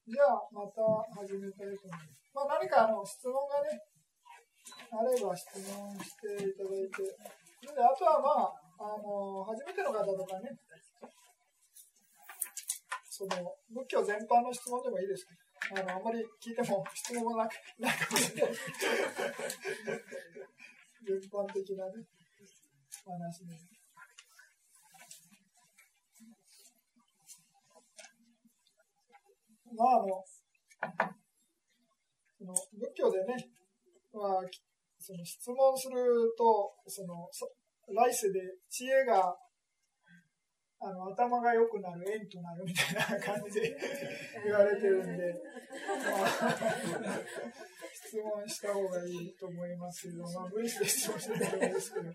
じゃあ、また始めたいと思います。何か質問がね、あれば質問していただいて、であとは初めての方とかね、その仏教全般の質問でもいいですけど、あんまり聞いても質問もないかもしれない。全般的なね、話です。その仏教でね、その質問すると、来世で知恵が頭が良くなる、縁となるみたいな感じで言われてるんで、質問した方がいいと思いますけど、無理して質問してると思うんですけど、よ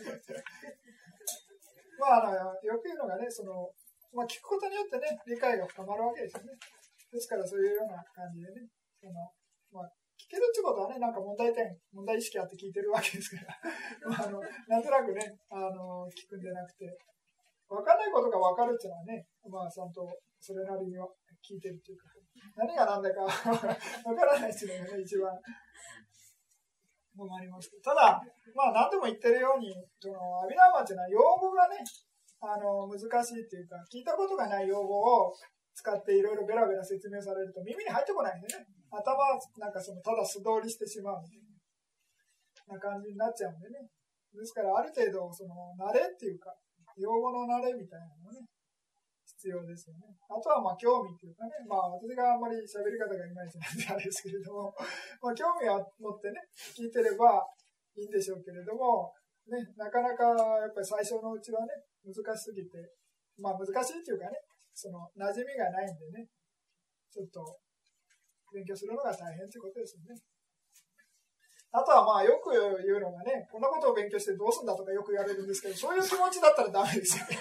く言うのがね、聞くことによってね、理解が深まるわけですよね。ですから、そういうような感じでね、聞けるってことはね、なんか問題意識あって聞いてるわけですからなんとなくね、聞くんじゃなくて、分からないことが分かるっていうのはね、ちゃんとそれなりには聞いてるっていうか、何が何だか分からないっていうのがね、一番困ります。ただ、何度も言ってるように、阿弥陀仏っていうのは用語がね、難しいっていうか、聞いたことがない用語を使っていろいろベラベラ説明されると耳に入ってこないんでね、頭はなんかただ素通りしてしまうみたいな感じになっちゃうんでね。ですからある程度慣れっていうか、用語の慣れみたいなのね、必要ですよね。あとは興味っていうかね、私があんまり喋り方がいまいちなんであれですけれども、興味を持ってね、聞いてればいいんでしょうけれども、ね、なかなかやっぱり最初のうちはね、難しすぎて、難しいっていうかね、馴染みがないんでね、ちょっと勉強するのが大変ってことですよね。あとはよく言うのがね、こんなことを勉強してどうすんだとかよく言われるんですけど、そういう気持ちだったらダメですよね。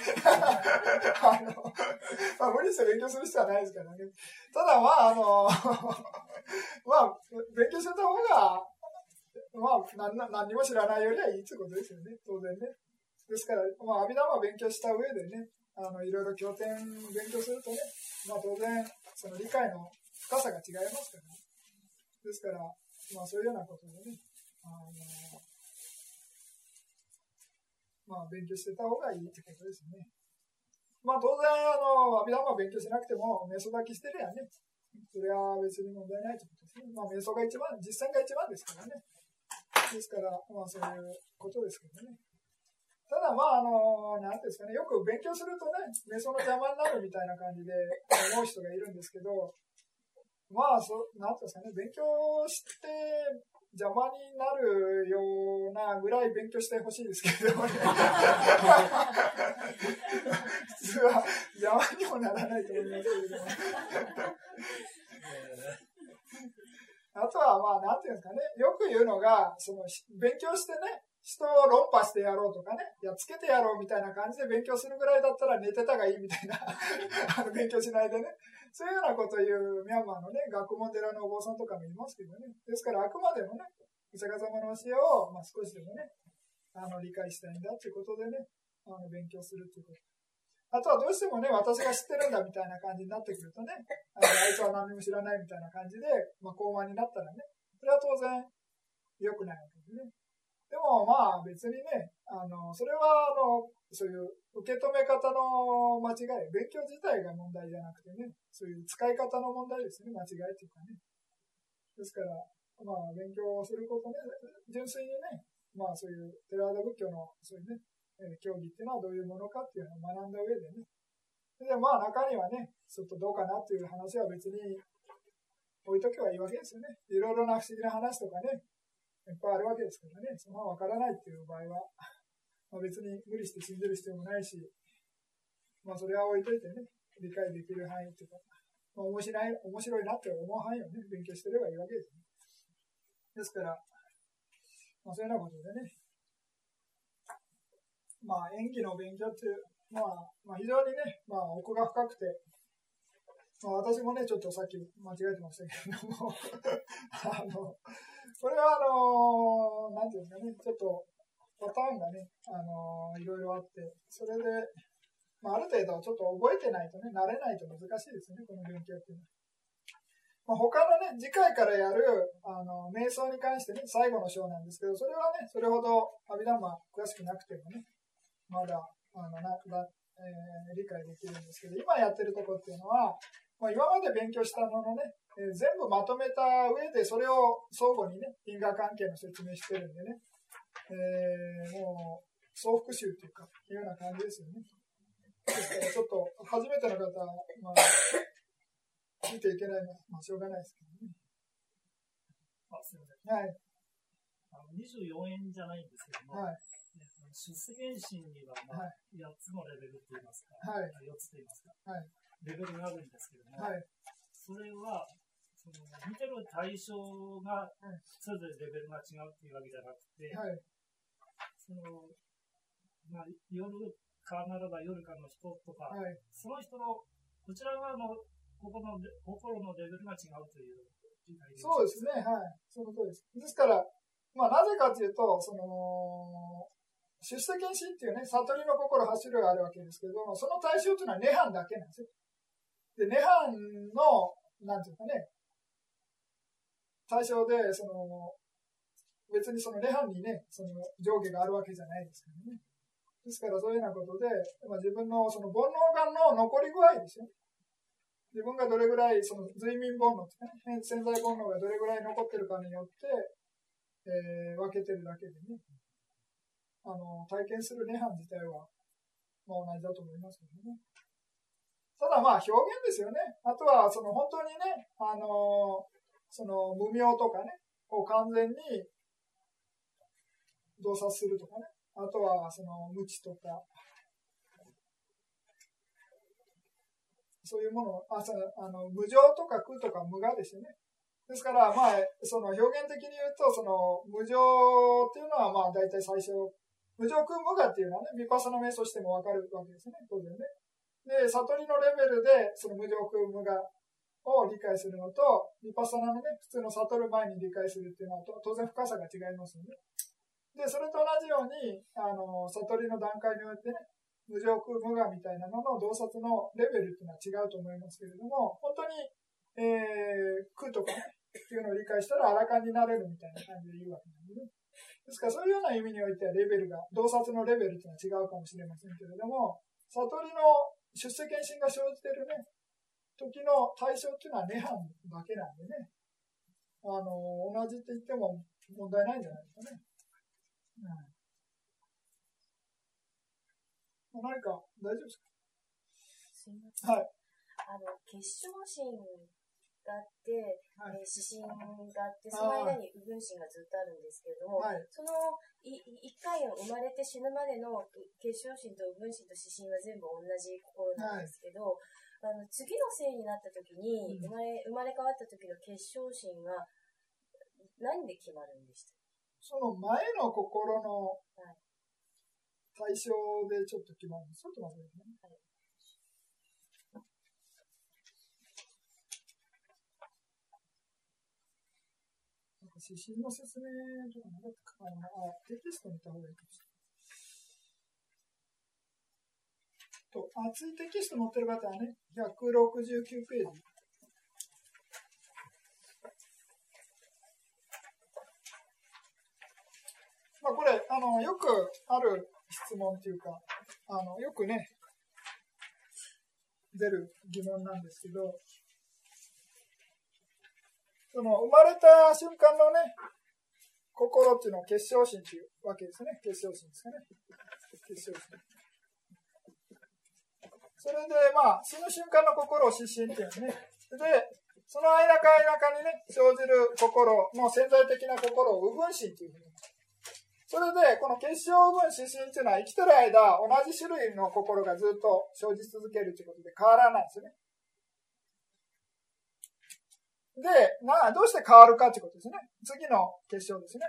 無理して勉強する必要はないですからね。ただ勉強してた方が、何にも知らないよりはいいってことですよね、当然ね。ですから、阿弥陀は勉強した上でね、いろいろ経典勉強するとね、当然、その理解の深さが違いますから、ね。ですから、そういうようなことでね、勉強してた方がいいってことですね。当然、阿弥陀は勉強しなくても、瞑想だけしてりゃね、それは別に問題ないってことですね。瞑想が一番、実践が一番ですからね。ですから、そういうことですけどね。ただなんていうんですかね、よく勉強するとね、瞑想の邪魔になるみたいな感じで思う人がいるんですけど、なんていうんですかね、勉強して邪魔になるようなぐらい勉強してほしいですけれどもね。普通は邪魔にもならないと思いますけれども。あとはなんていうんですかね、よく言うのが、勉強してね、人を論破してやろうとかね、やっつけてやろうみたいな感じで勉強するぐらいだったら寝てたがいいみたいな勉強しないでね、そういうようなことを言うミャンマーのね、学問寺のお坊さんとかもいますけどね。ですからあくまでもね、お釈迦様の教えを、少しでもね、理解したいんだということでね、勉強するということ。あとはどうしてもね、私が知ってるんだみたいな感じになってくるとね、あいつは何も知らないみたいな感じで、高慢になったらね、それは当然良くないわけですね。でも別にね、それはそういう受け止め方の間違い、勉強自体が問題じゃなくてね、そういう使い方の問題ですね、間違いというかね。ですから、勉強することね、純粋にね、そういうテラワダ仏教のそういうね、教義っていうのはどういうものかっていうのを学んだ上でね、で中にはね、ちょっとどうかなっていう話は別に置いとけばいいわけですよね。いろいろな不思議な話とかね、いっぱいあるわけですからね、その分からないっていう場合は、別に無理して信じる必要もないし、それは置いといてね、理解できる範囲っていうか、面白いなって思う範囲をね、勉強してればいいわけですね。ですから、そういうようなことでね、演技の勉強っていう、非常にね、奥が深くて、私もね、ちょっとさっき間違えてましたけれども、これはなんていうんですかね、ちょっとパターンがね、いろいろあって、それで、ある程度ちょっと覚えてないとね、慣れないと難しいですね、この勉強っていうのは。 他のね、次回からやる、瞑想に関してね、最後の章なんですけど、それはね、それほどアビダンマ詳しくなくてもね、まだ、理解できるんですけど、今やってるところっていうのは、今まで勉強したものね、全部まとめた上で、それを相互にね、因果関係の説明してるんでね、もう、総復習というか、いうような感じですよね。ですから、ちょっと、初めての方は、見ていけないのは、しょうがないですけどね。 すみません。 はい。 24円じゃないんですけども、はい、出世原神には、8つのレベルといいますか、はい、4つといいますか、はい、レベルがあるんですけども、はい、それは、見てる対象が、それぞれレベルが違うっていうわけじゃなくて、はい、夜かならば夜かの人とか、はい、その人のこちら側の心のレベルが違うという理解です。 そうですね、はい、その通りです。ですから、なぜかというと、出世検診っていうね、悟りの心8種類あるわけですけども、その対象というのは涅槃だけなんですよ。で、涅槃の、なんていうかね、対象で、別にその涅槃にね、上下があるわけじゃないですからね。ですからそういうようなことで、自分のその煩悩眼の残り具合ですよね。自分がどれぐらい、その随眠煩悩とかね、潜在煩悩がどれぐらい残ってるかによって、分けてるだけでね、体験する涅槃自体は、同じだと思いますけどね。ただ表現ですよね。あとは、本当にね、無明とかね、を完全に洞察するとかね。あとは、無知とか、そういうもの、無常とか空とか無我ですよね。ですから、表現的に言うと、無常っていうのは、大体最初、無常空無我っていうのはね、ヴィパッサナ瞑想してもわかるわけですね、当然ね。で、悟りのレベルで、無常空無我を理解するのと、ヴィパッサナのね、普通の悟る前に理解するっていうのは、当然深さが違いますよね。で、それと同じように、悟りの段階においてね、無常空無我みたいなのの洞察のレベルっていうのは違うと思いますけれども、本当に、空とかね、っていうのを理解したらアラカンになれるみたいな感じで言うわけなんでね。ですから、そういうような意味においてはレベルが、洞察のレベルっていうのは違うかもしれませんけれども、悟りの出世検診が生じているね、時の対象っていうのは涅槃だけなんでね、同じって言っても問題ないんじゃないですかね。何か大丈夫ですか？ すみません。 はい。 結晶心があって、指針があって、その間に右分心がずっとあるんですけれども、その一回生まれて死ぬまでの結晶心と右分心と指針は全部同じ心なんですけど、次の生になった時に、生まれ変わった時の結晶心が何で決まるんでした？ その前の心の対象でちょっと決まるんです。ちょっと待ってくださいね。指針の説明とかなかったかな。テキスト見た方がいいかもしれない。厚いテキスト持ってる方はね、169ページ。これ、よくある質問というか、よくね、出る疑問なんですけど、生まれた瞬間のね、心っていうのは結晶心というわけですね。結晶心ですかね。結晶心。それで、死ぬ瞬間の心を指針っていうのね。で、その間か間かにね、生じる心の潜在的な心を右分心というふうに。それで、この結晶右分指針っていうのは生きてる間、同じ種類の心がずっと生じ続けるということで変わらないんですよね。で、どうして変わるかということですね。次の結晶ですね。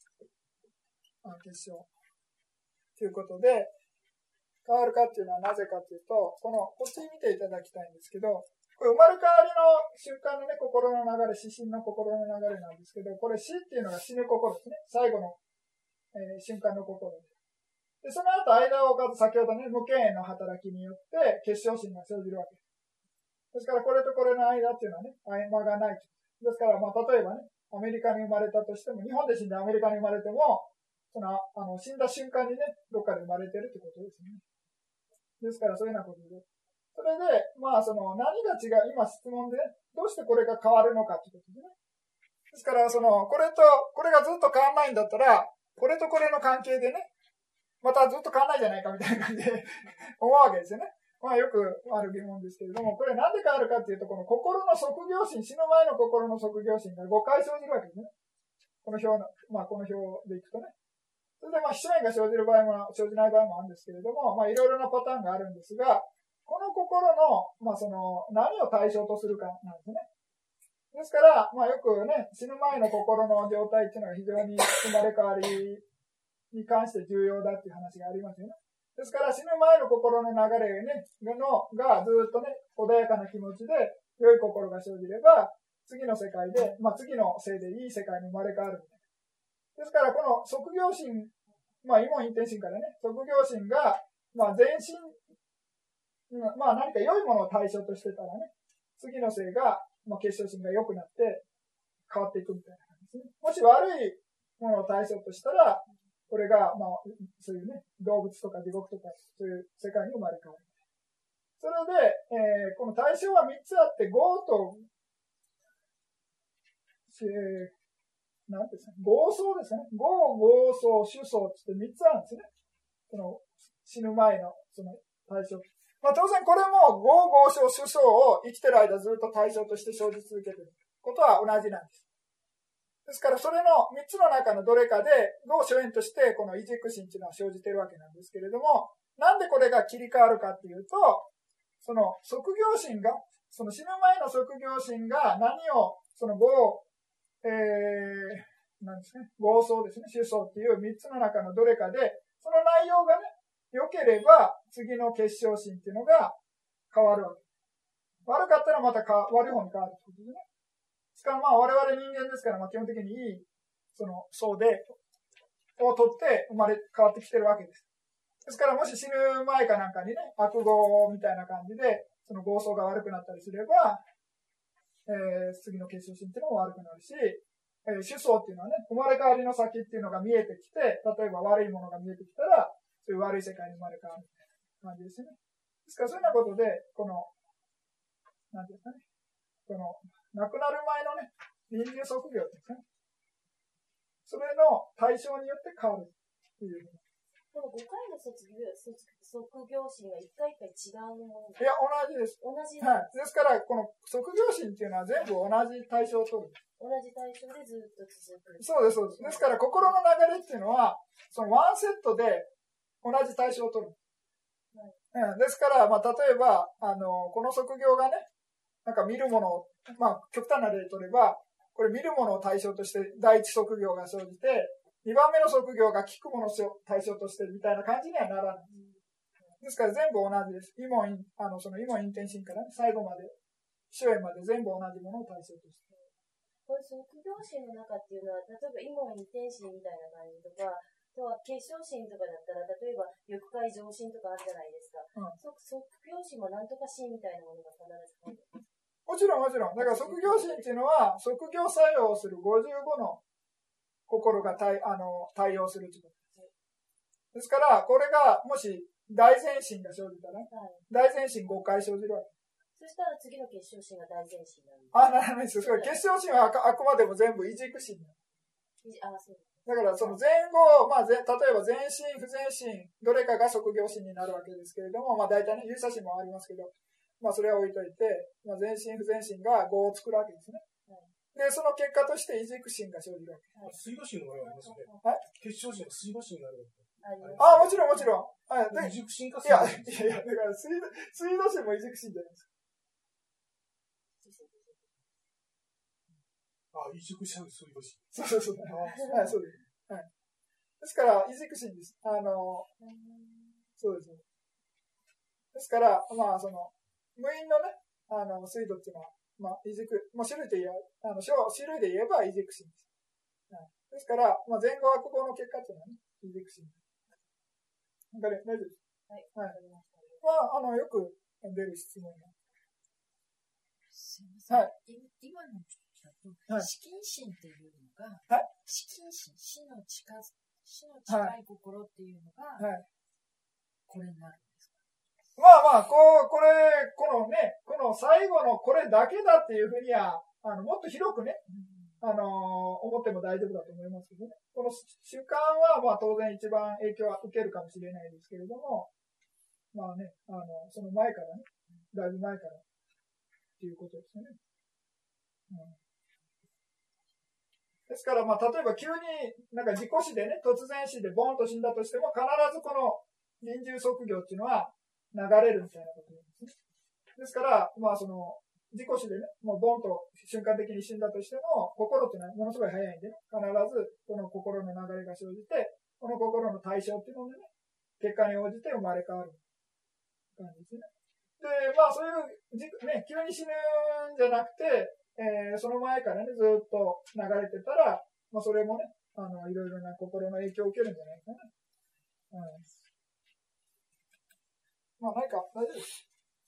結晶。ということで、変わるかっていうのはなぜかというと、こっち見ていただきたいんですけど、これ生まれ変わりの瞬間のね、心の流れ、指針の心の流れなんですけど、これ死っていうのが死ぬ心ですね。最後の、瞬間の心で。その後間を置かず、先ほどね、無権の働きによって結晶心が生じるわけです。 ですから、これとこれの間っていうのはね、合間がない。ですから、まあ、例えばね、アメリカに生まれたとしても、日本で死んでアメリカに生まれても、死んだ瞬間にね、どっかで生まれてるってことですね。ですから、そういうようなことで。それで、まあ、何が違う、今質問で、どうしてこれが変わるのかってことですね。ですから、これと、これがずっと変わんないんだったら、これとこれの関係でね、またずっと変わんないじゃないかみたいな感じで思うわけですよね。まあよくある疑問ですけれども、これなんで変わるかっていうと、この心の即業心、死ぬ前の心の即業心が5回生じるわけですね。この表でいくとね。それでまあ死面が生じる場合も生じない場合もあるんですけれども、まあいろいろなパターンがあるんですが、この心の、まあ何を対象とするかなんですね。ですから、まあよくね、死ぬ前の心の状態っていうのが非常に生まれ変わりに関して重要だっていう話がありますよね。ですから死ぬ前の心の流れね、がずっとね、穏やかな気持ちで良い心が生じれば、次の世界で、まあ次のせいでいい世界に生まれ変わるみたいな。ですからこの即業心、まあ異門因転心からね、即業心が、まあ全身、まあ何か良いものを対象としてたらね、次のせいが、まあ結晶心が良くなって変わっていくみたいな感じですね。もし悪いものを対象としたら、これが、まあ、そういうね、動物とか地獄とか、そういう世界に生まれ変わる。それで、この対象は3つあって、業と、なんですか、業相ですね。業、業相、種相って3つあるんですね。この死ぬ前のその対象。まあ当然これも業、業相、種相を生きてる間ずっと対象として生じ続けていることは同じなんです。ですから、それの3つの中のどれかで、業所縁として、この異軸心というのは生じているわけなんですけれども、なんでこれが切り替わるかっていうと、その即業心が、その死ぬ前の即業心が何を、そのなんですね、業相ですね、種相っていう3つの中のどれかで、その内容がね、良ければ、次の結晶心っていうのが変わるわけ。悪かったらまた悪い方に変わるってことですね。ですからまあ我々人間ですから、まあ基本的にいい、相で、を取って生まれ変わってきてるわけです。ですからもし死ぬ前かなんかにね、悪業みたいな感じで、その業相が悪くなったりすれば、次の結晶心っていうのも悪くなるし、種相っていうのはね、生まれ変わりの先っていうのが見えてきて、例えば悪いものが見えてきたら、そういう悪い世界に生まれ変わるみたいな感じですね。ですからそういうようなことで、なんていうんですかね、亡くなる前のね、臨終即業ですね。それの対象によって変わるっていう。 でも5回の即業心は1回1回違うもの。 いや、同じです。 同じはい。ですから、この即業心っていうのは全部同じ対象を取る。 同じ対象でずっと続く。 そうです、そうです。ですから、心の流れっていうのは、そのワンセットで同じ対象を取る。はい。ですから、まあ、例えば、この即業がね、なんか見るものを、まあ、極端な例取れば、これ見るものを対象として第一即業が生じて、2番目の即業が聞くものを対象としてみたいな感じにはならない。ですから全部同じです。異門因転心から、ね、最後まで、終焉まで全部同じものを対象として。 これ即業心の中っていうのは、例えば異門因転心みたいな感じとか、あとは結晶心とかだったら、例えば欲界上心とかあるじゃないですか。即業心もなんとか心みたいなものが必ず入ってる。 もちろんもちろん。だから即業心っていうのは、即業作用をする55の心が対応するということです。ですから、これがもし大前心が生じたら、はい、大前心5回生じるわけ。 そしたら次の結晶心が大前心なんです。 ならないです。結晶心はあくまでも全部異軸心。 そうです。 だからその前後、まあ、例えば前心、不前心、どれかが即業心になるわけですけれども、まあ大体ね、有差心もありますけど、まあそれは置いといて、まあ、前心、不前心が業を作るわけですね。はい、で、その結果として異軸心が生じるわけです。 水悟心の場合はありますよね。 はい。 結晶心は水悟心になるもちろんもちろん。はい。 異軸心かいや、だから水道心も異軸心じゃないですか。 異軸心、水道心。 そう。はい、そうです。はい。ですから、異軸心です。そうです。ですから、まあ、無因のね、水道っていうのは、まあ、異軸、まあ、種類で言えば異軸心です。はい。ですから、まあ、前後悪業の結果っていうのはね、異軸心。大丈夫です。はい。はい。まあ、よく出る質問が。 すみません。 はい、 今のだと、 はい、 死近心っていうのが、 はい、 死近心、死の近い心っていうのが、はい、これになるんですか？ まあまあ、このね、この最後のこれだけだっていうふうには、もっと広くね、思っても大丈夫だと思いますけどね。この主観は、まあ当然一番影響は受けるかもしれないですけれども、まあね、その前からね、だいぶ前からっていうことですよね。ですから、まあ例えば急になんか事故死でね、突然死でボーンと死んだとしても、必ずこの臨終即業っていうのは流れるみたいなことなんですね。ですから、まあその、事故死でね、もうボンと瞬間的に死んだとしても、心っていうのはものすごい早いんでね、必ずこの心の流れが生じて、この心の対象っていうのでね、結果に応じて生まれ変わる感じですね。で、まあそういうね、急に死ぬんじゃなくて、その前からね、ずっと流れてたら、まあそれもね、いろいろな心の影響を受けるんじゃないかな。まあないか、大丈夫です。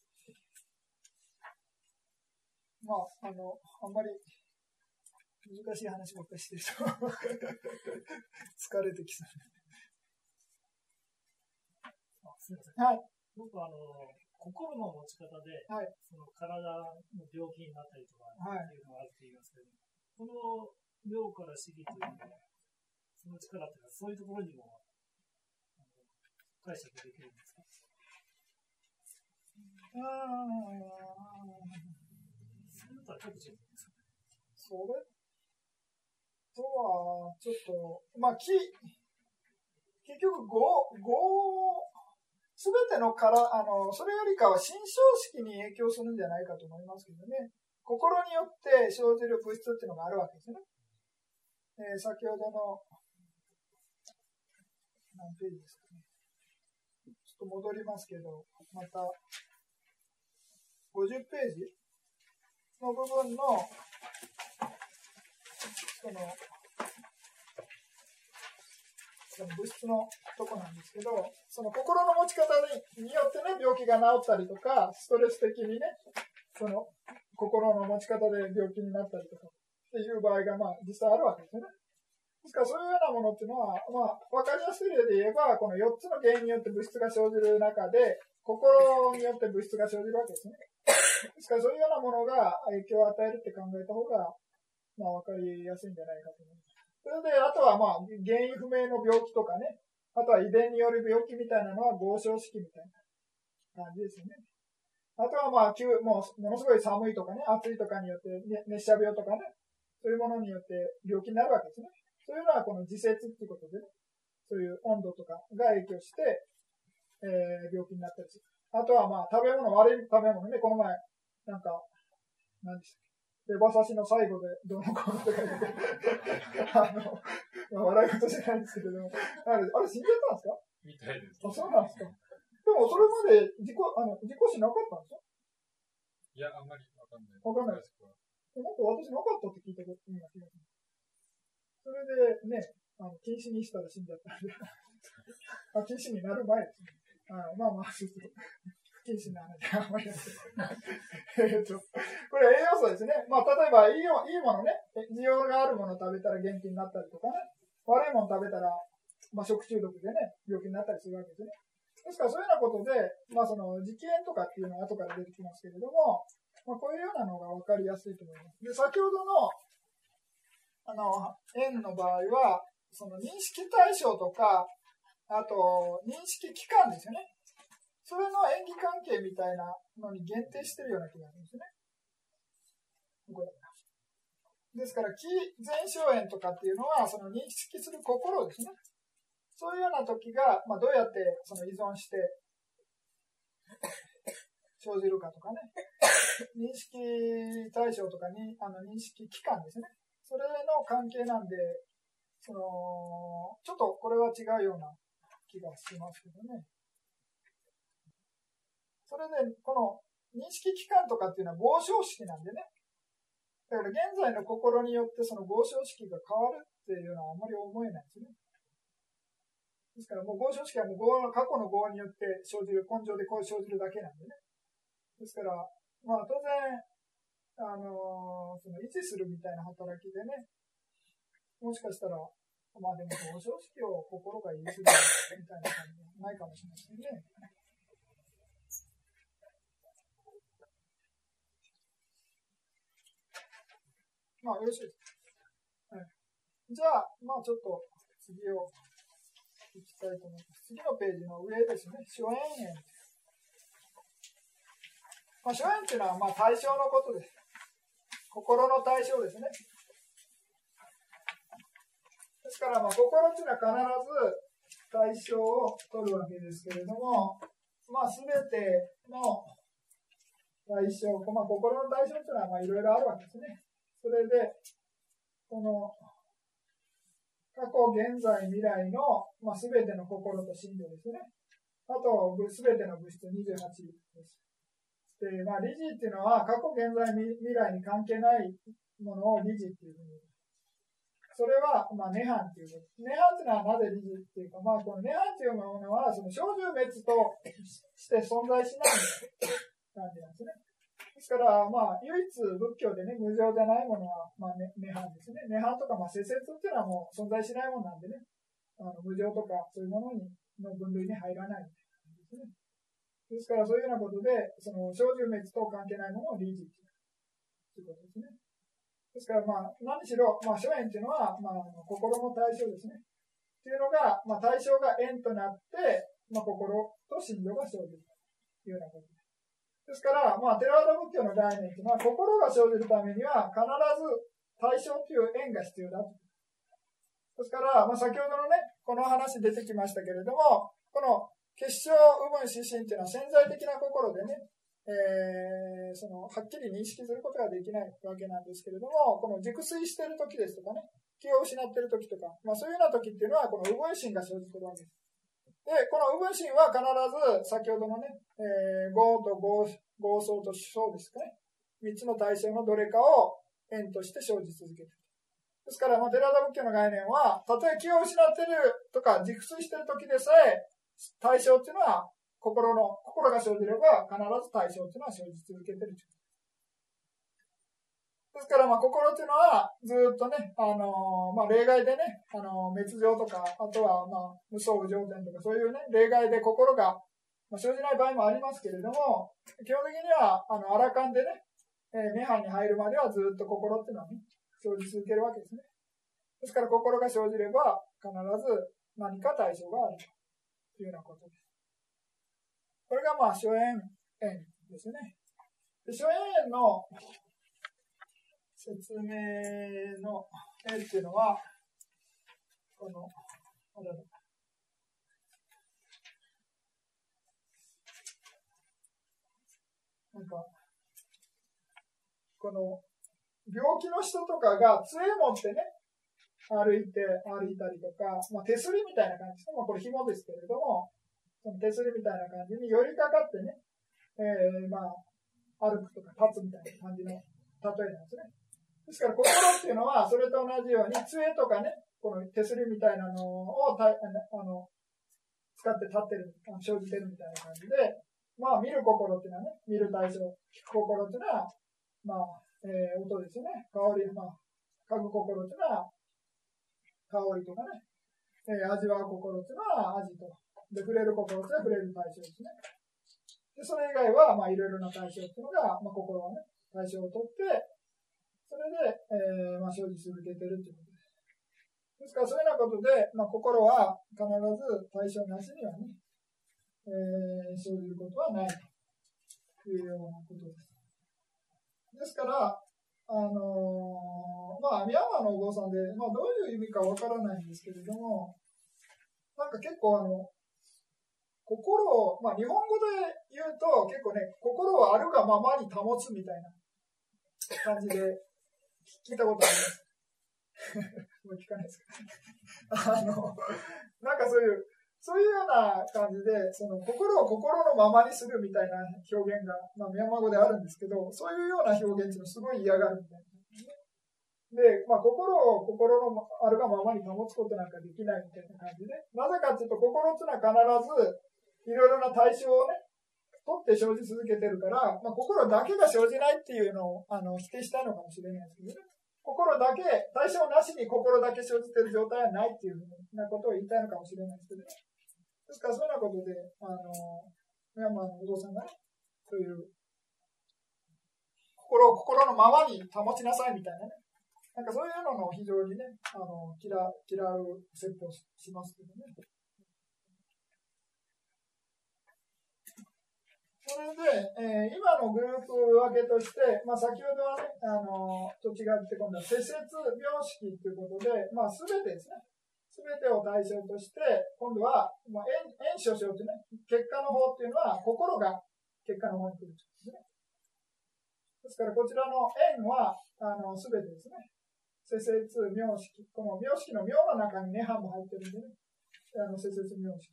まあ、あんまり難しい話ばっかりしてると疲れてきそう。 すみません。はい。僕心の持ち方で、はい、その体の病気になったりとかっていうのがあると言いますけど、この病から死期というのは、その力っていうのはそういうところにも解釈できるんですか？ それとは、ちょっと、まあ、結局、すべてのそれよりかは、心象式に影響するんじゃないかと思いますけどね。心によって生じる物質っていうのがあるわけですね。先ほどの、何ページですかね。ちょっと戻りますけど、また、50ページの部分の、その物質のとこなんですけど、その心の持ち方によってね、病気が治ったりとか、ストレス的にね、その心の持ち方で病気になったりとかっていう場合がまあ実際あるわけですよね。ですからそういうようなものっていうのは、まあ分かりやすい例で言えば、この4つの原因によって物質が生じる中で、心によって物質が生じるわけですね。ですからそういうようなものが影響を与えるって考えた方が、まあ分かりやすいんじゃないかと思います。それで、あとはまあ原因不明の病気とかね、あとは遺伝による病気みたいなのは合唱式みたいな感じですよね。あとはまあものすごい寒いとかね、暑いとかによって、熱射病とかね、そういうものによって病気になるわけですね。そういうのはこの自節っていうことで、ね、そういう温度とかが影響して、病気になったりする。あとはまあ悪い食べ物ね、この前、なんか、何でしたっけ、レバ刺しの最後でどうのこうのって書いてて、笑い事じゃないんですけれども、あれ死んじゃったんですか？ みたいです。 あ、そうなんですか。でもそれまで事故死なかったんですか？ いや、あんまりわかんない。 わかんない。なんか私なかったって聞いたこと今気がする。それでね、禁止にしたら死んじゃったんで禁止になる前ですね。まあまあ、不謹慎な話はあんまりないこれ栄養素ですね。まあ例えばいいものね、需要があるものを食べたら元気になったりとかね、悪いものを食べたら、まあ、食中毒でね、病気になったりするわけですね。ですからそういうようなことで、まあその磁気炎とかっていうのは後から出てきますけれども、まあ、こういうようなのが分かりやすいと思います。で、先ほどの円の場合は、その認識対象とか、あと認識期間ですよね。それの演技関係みたいなのに限定してるような気がするんですね。ですから、気前哨炎とかっていうのは、その認識する心ですね。そういうような時が、まあ、どうやってその依存して生じるかとかね。認識対象とかに認識期間ですね。それの関係なんで、ちょっとこれは違うような気がしますけどね。それで、この認識期間とかっていうのは合唱式なんでね。だから現在の心によってその合唱式が変わるっていうのはあんまり思えないですね。ですからもう合唱式はもう過去の業によって生じる、根性でこう生じるだけなんでね。ですから、まあ当然、 維持するみたいな働きでね、もしかしたら、まあでも、表彰式を心が維持するみたいな感じはないかもしれませんね。まあ、よろしいですか。はい、じゃあ、まあちょっと次をいきたいと思います。次のページの上ですね、諸縁縁。まあ、諸縁っていうのはまあ対象のことです。心の対象ですね。ですから、まあ心っていうのは必ず対象を取るわけですけれども、まあ、すべての対象、まあ、心の対象っていうのはまあいろいろあるわけですね。それで、この過去、現在、未来の、まあ、すべての心と心情ですね。あと、すべての物質28です。で、まあ、理事っていうのは、過去、現在、未来に関係ないものを理事っていうふうに。それは、まあ、涅槃っていうこと。涅槃っていうのはなぜ理事っていうか、まあ、この涅槃っていうものは、その生住滅として存在しない感じなんですね。ですから、まあ、唯一仏教でね、無常じゃないものは、まあ、涅槃ですね。涅槃とか、まあ、世節っていうのはもう存在しないものなんでね、無常とか、そういうものの分類に入らないみたいな感じですね。ですから、そういうようなことで、その、生住滅と関係ないものを理事ということですね。ですから、まあ、何しろ、まあ、諸縁っていうのは、まあ、心の対象ですね。っていうのが、まあ、対象が縁となって、まあ、心と心情が生じるというようなことです。ですから、まあ、テラワダ仏教の概念というのは、心が生じるためには、必ず対象という縁が必要だと。ですから、まあ、先ほどのね、この話出てきましたけれども、この結晶有分指針というのは潜在的な心でね、そのはっきり認識することができないわけなんですけれども、この熟睡している時ですとかね、気を失っている時とか、まあ、そういうような時っていうのは、この有分心が生じているわけです。で、この有分心は必ず、先ほどのね、業と業相と相ですかね、3つの対象のどれかを縁として生じ続けている。ですから、まあ、テラダ仏教の概念は、たとえ気を失っているとか、熟睡している時でさえ、対象っていうのは、心が生じれば、必ず対象っていうのは生じ続けている。ですから、まあ、心っていうのは、ずっとね、まあ、例外でね、滅情とか、あとは、まあ、無相無常点とか、そういうね、例外で心が、まあ、生じない場合もありますけれども、基本的には、アラカンでね、涅槃に入るまではずっと心っていうのはね、生じ続けるわけですね。ですから、心が生じれば、必ず何か対象があるというようなことです。これが、まあ、諸縁ですね。で、諸縁の説明の縁っていうのは、この、なんか、この、病気の人とかが杖持ってね、歩いたりとか、まあ、手すりみたいな感じですね。まあ、これ紐ですけれども、その手すりみたいな感じに寄りかかってね、まあ、歩くとか立つみたいな感じの例えなんですね。ですから、心っていうのは、それと同じように、杖とかね、この手すりみたいなのを使って立ってる、生じてるみたいな感じで、まあ、見る心っていうのはね、見る対象、聞く心っていうのは、まあ、音ですよね。香り、まあ、嗅ぐ心っていうのは、香りとかね、味わう心っていうのは味と。で、触れる心っていうのは触れる対象ですね。で、それ以外は、まあ、いろいろな対象っていうのが、まあ、心はね、対象をとって、それで、まあ、生じ続けているということです。ですから、そういうようなことで、まあ、心は必ず対象なしにはね、生じることはないというようなことです。ですから、まあ、ミャンマーのお坊さんで、まあ、どういう意味かわからないんですけれども、なんか結構心を、まあ、日本語で言うと、結構ね、心をあるがままに保つみたいな感じで聞いたことあります。もう聞かないですか。なんかそういうような感じで、その心を心のままにするみたいな表現が、まあ、ミャンマー語であるんですけど、そういうような表現っていうのをすごい嫌がるみたいな。で、まあ、心を心のあるがままに保つことなんかできないみたいな感じで、なぜかというと、心っていうのは必ずいろいろな対象をね、 って生じ続けてるから、まあ、心だけが生じないっていうのを否定したいのかもしれないですけどね。心だけ、対象なしに心だけ生じてる状態はないっていうふうなことを言いたいのかもしれないですけどね。ですから、そういうようなことで、ミャンマーのお父さんがね、そういう心のままに保ちなさいみたいなね。なんかそういうのの非常にね、嫌う説法しますけどね。それで、今のグループ分けとして、まあ、先ほどはね、と違って今度は世節病識ということで、まあ、全てですね。全てを対象として、今度は、まあ、縁所掌というね、結果の方っていうのは、心が結果の方に来るんですね。ですから、こちらの縁は、全てですね。世節名式。この名式の名の中に涅槃も入ってるんでね。世節名式。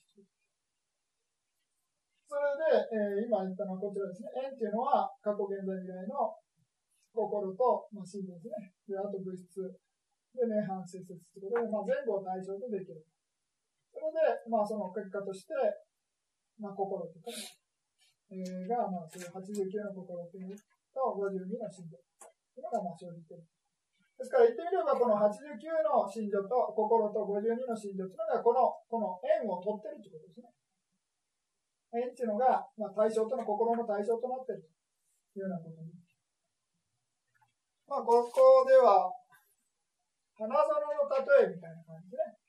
それで、今言ったのはこちらですね。縁っていうのは、過去、現在、未来の心と、まあ、心ですね。で、あと物質。で、涅槃、世節ということで、まあ、全部を対象とできる。それで、まあ、その結果として、まあ、心とか、が、まあ、そういう89の心というのと、52の心情というのが、まあ、生じている。ですから言ってみれば、この89の心情と心と52の心情というのが、この縁を取っているということですね。縁っていうのが、まあ、対象との心の対象となっているというようなことに。まあ、ここでは、花園の例えみたいな感じでね。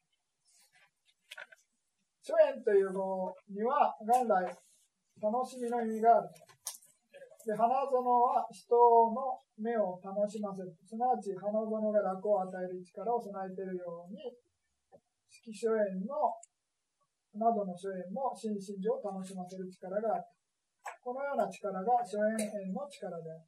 諸縁というのには、元来、楽しみの意味がある。で、花園は人の目を楽しませる。すなわち、花園が楽を与える力を備えているように、色諸縁のなどの諸縁も心身情を楽しませる力がある。このような力が諸縁の力である。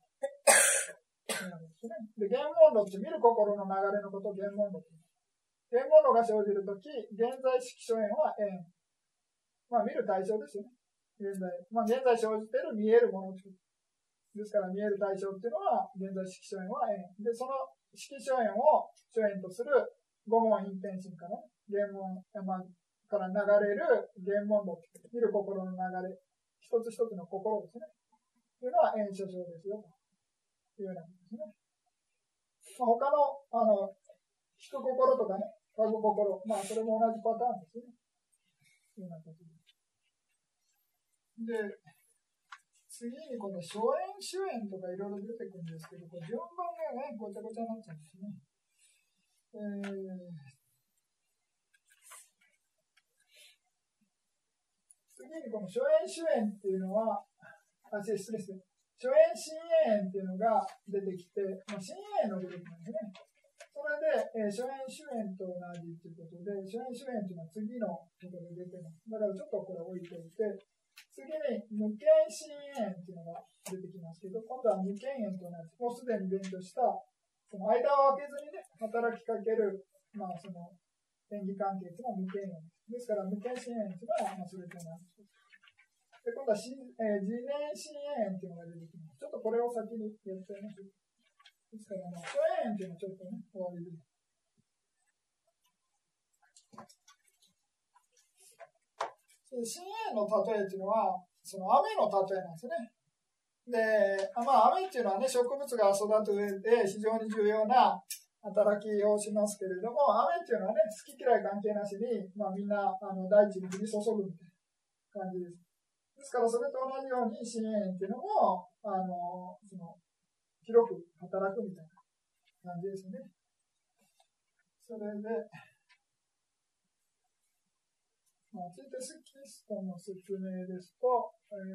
で、言問論って見る心の流れのことを言問論と言います。言問論が生じるとき、現在色諸縁は縁。まあ見る対象ですよね。現在。まあ現在生じている見えるものですから見える対象っていうのは、現在色諸縁は縁。で、その色諸縁を諸縁とする五問因転心から、言問、まあ、から流れる言問論、見る心の流れ、一つ一つの心ですね。というのは縁所掌ですよ、というようなことですね。まあ、他の、聞く心とかね、嗅ぐ心、まあ、それも同じパターンですね。というようなことです。で、次にこの諸縁、主縁とかいろいろ出てくるんですけど、これ順番がね、ごちゃごちゃになっちゃうんですね。次にこの諸縁主縁っていうのは、失礼して、諸縁親縁っていうのが出てきて、まあ、親縁のグループなんですね。それで、諸縁主縁と同じということで、諸縁主縁っていうのは次のところで出てます。だからちょっとこれ置いておいて、次に無権親縁っていうのが出てきますけど、今度は無権縁と同じ。もうすでに勉強した、その間を空けずにね、働きかける、まあその、演技関係というのは無権縁です。ですから、無権親縁というのは、まあ、それと同じです。で、今度は自然親縁というのが出てきます。ちょっとこれを先にやっちゃいましょう。ですから、諸縁というのはちょっとね、終わりです。親縁の例えというのは、その雨の例えなんですね。で、まあ、雨っていうのはね、植物が育つ上で非常に重要な働きをしますけれども、雨っていうのはね、好き嫌い関係なしに、まあ、みんな大地に降り注ぐみたいな感じです。ですから、それと同じように、親縁っていうのも、その広く働くみたいな感じですね。それで、ついてスキストの説明ですと、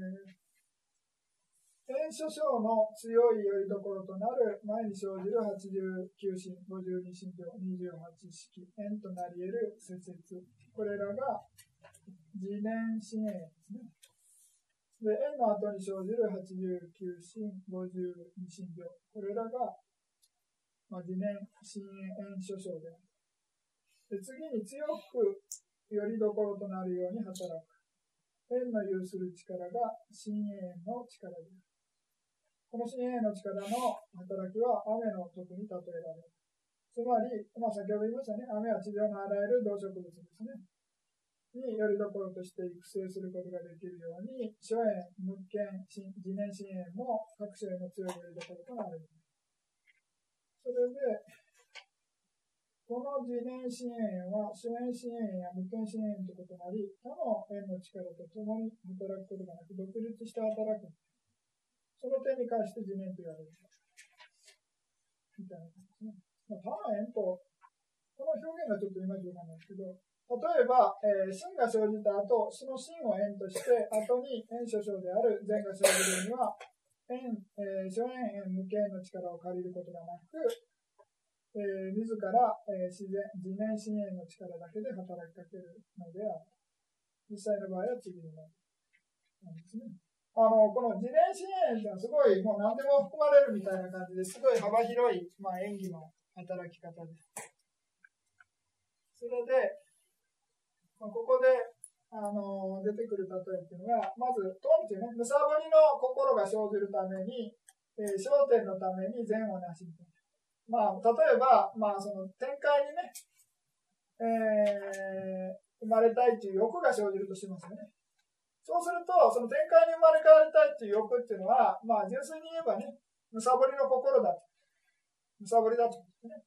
縁所掌の強いよりどころとなる前に生じる89心、52心情、28式、縁となり得る節節。これらが自念親縁ですね。で、縁の後に生じる89心、52心情。これらが、自念親縁所掌である。で、次に強くよりどころとなるように働く。縁の有する力が親縁の力である。この親縁の力の働きは雨の徳に例えられる。つまり、先ほど言いましたね、雨は地上のあらゆる動植物ですね。 によりどころとして育成することができるように、諸縁、無権、自然支援も各種への強いよりどころとなる。それで、この自然支援は、諸縁支援や無権支援と異なり、他の縁の力と共に働くことがなく、独立して働く。その点に関して自然と言われる。みたいな感じですね。他の縁と、この表現がちょっといまいちわかんないですけど、例えば、真が生じた後、その真を縁として、後に縁所掌である善が生じるには、諸縁無形の力を借りることがなく、自ら、自然支援の力だけで働きかけるのである。実際の場合は次になる。なんですね。この自然支援ってのはすごい、もう何でも含まれるみたいな感じですごい幅広い、演技の働き方です。それで、ここで、出てくる例えっていうのが、まず、トンっていうね、むさぼりの心が生じるために、焦点のために善をなしみたいな。例えば、その展開にね、生まれたいという欲が生じるとしますよね。そうすると、その展開に生まれ変わりたいという欲っていうのは、純粋に言えばね、むさぼりの心だと。むさぼりだと。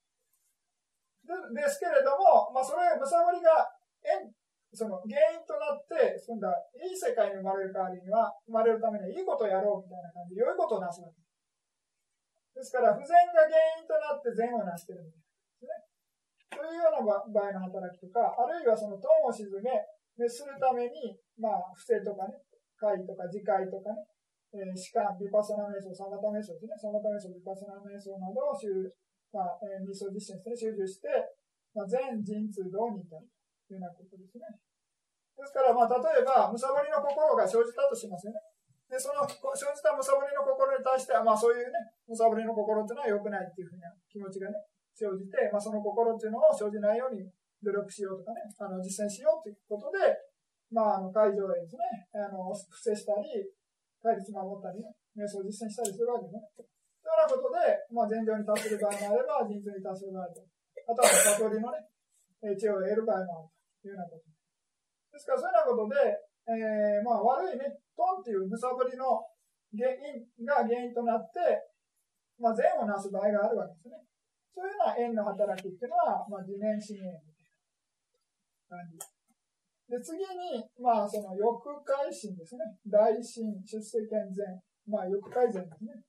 ですけれども、それ、むさぼりがその原因となって、今度はいい世界に生まれる代わりには、生まれるためにはいいことをやろうみたいな感じで、良いことをなすわけです。ですから、不全が原因となって善をなしてるんですね。そういうような場合の働きとか、あるいはそのトンを沈め、するために、不正とかね、会とか自戒とかね、士官、ビパッサナ瞑想、サマタ瞑想ですね、サマタ瞑想、ビパッサナ瞑想などを密相実践して、集中して、全人通道に至るというようなことですね。ですから、例えば、むさぼりの心が生じたとしますよね。で、その生じたむさぼりの心に対しては、そういうね、むさぼりの心っていうのは良くないっていうふうな気持ちがね、生じて、その心っていうのを生じないように努力しようとかね、実践しようということで、会場へですね、伏せしたり、戒律守ったりね、瞑想を実践したりするわけですね。というようなことで、善情に達する場合もあれば、人通に達する場合もある。あとは悟りのね、知恵を得る場合もあるというようなこと。ですから、そういうようなことで、悪いね、トンっていうむさぼりの原因となって、善をなす場合があるわけですね。そういうような縁の働きっていうのは、自然支援みたいな感じ。で、次に、その欲界心ですね。大心、出世権善。欲界善ですね。